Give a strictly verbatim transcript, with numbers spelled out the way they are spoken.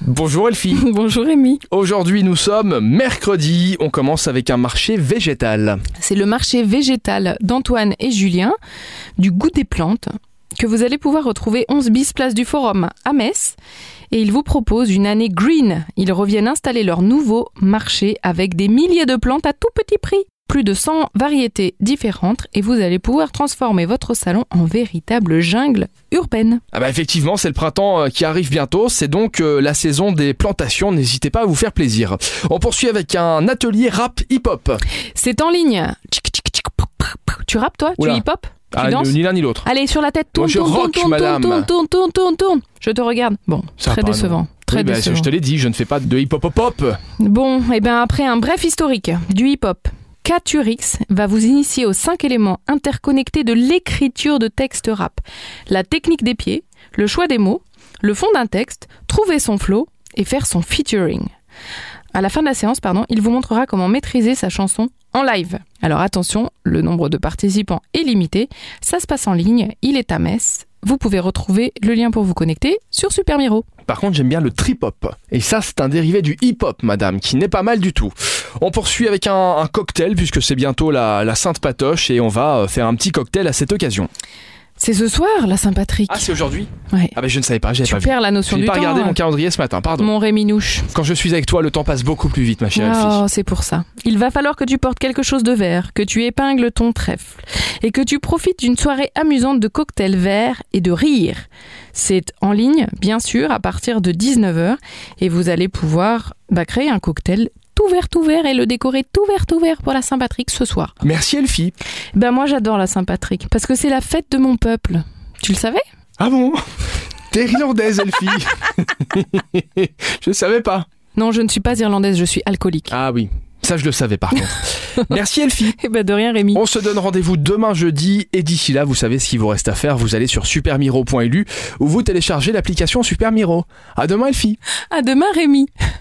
Bonjour Elfie. Bonjour Rémi. Aujourd'hui nous sommes mercredi, on commence avec un marché végétal. C'est le marché végétal d'Antoine et Julien du Goût des plantes que vous allez pouvoir retrouver onze bis place du Forum à Metz. Et ils vous proposent une année green. Ils reviennent installer leur nouveau marché avec des milliers de plantes à tout petit prix. Plus de cent variétés différentes et vous allez pouvoir transformer votre salon en véritable jungle urbaine. Ah bah effectivement, c'est le printemps qui arrive bientôt, c'est donc euh, la saison des plantations, n'hésitez pas à vous faire plaisir. On poursuit avec un atelier rap hip-hop. C'est en ligne. Tu rappes toi? Oula. Tu hip-hop? Tu Ah, danses? ni l'un ni l'autre. Allez, sur la tête, tourne, Moi, je tourne, rock, tourne, madame. tourne, tourne, tourne, tourne, tourne, Je te regarde. Bon, Ça très va pas, décevant. non. Très Oui, bah, décevant. je te l'ai dit, je ne fais pas de hip-hop-hop-hop. Bon, et bien après un bref historique du hip-hop, K-Turix va vous initier aux cinq éléments interconnectés de l'écriture de texte rap. La technique des pieds, le choix des mots, le fond d'un texte, trouver son flow et faire son featuring. À la fin de la séance, pardon, il vous montrera comment maîtriser sa chanson en live. Alors attention, le nombre de participants est limité. Ça se passe en ligne, il est à Metz. Vous pouvez retrouver le lien pour vous connecter sur Super Miro. Par contre, j'aime bien le trip-hop. Et ça, c'est un dérivé du hip-hop, madame, qui n'est pas mal du tout. On poursuit avec un, un cocktail, puisque c'est bientôt la, la Sainte-Patoche, et on va faire un petit cocktail à cette occasion. C'est ce soir, la Saint-Patrick. Ah, c'est aujourd'hui ? Ouais. Ah ben je ne savais pas, j'avais Tu pas vu. perds la notion Je n'ai du pas temps. regardé hein. mon calendrier ce matin, pardon. Mon Rémi Nouche. Quand je suis avec toi, le temps passe beaucoup plus vite, ma chère Elfie. Oh, c'est pour ça. Il va falloir que tu portes quelque chose de vert, que tu épingles ton trèfle et que tu profites d'une soirée amusante de cocktails verts et de rire. C'est en ligne, bien sûr, à partir de dix-neuf heures et vous allez pouvoir bah, créer un cocktail tout vert, tout vert et le décorer tout vert, tout vert pour la Saint-Patrick ce soir. Merci Elfie. Ben moi, j'adore la Saint-Patrick parce que c'est la fête de mon peuple. Tu le savais ? Ah bon ? T'es irlandaise, Elfie. Je ne savais pas. Non, je ne suis pas irlandaise, je suis alcoolique. Ah oui, ça je le savais par contre. Merci Elfie. Eh ben de rien, Rémi. On se donne rendez-vous demain jeudi et d'ici là, vous savez ce qu'il vous reste à faire. Vous allez sur supermiro point l u où vous téléchargez l'application Super Miro. À demain Elfie. À demain, Rémi.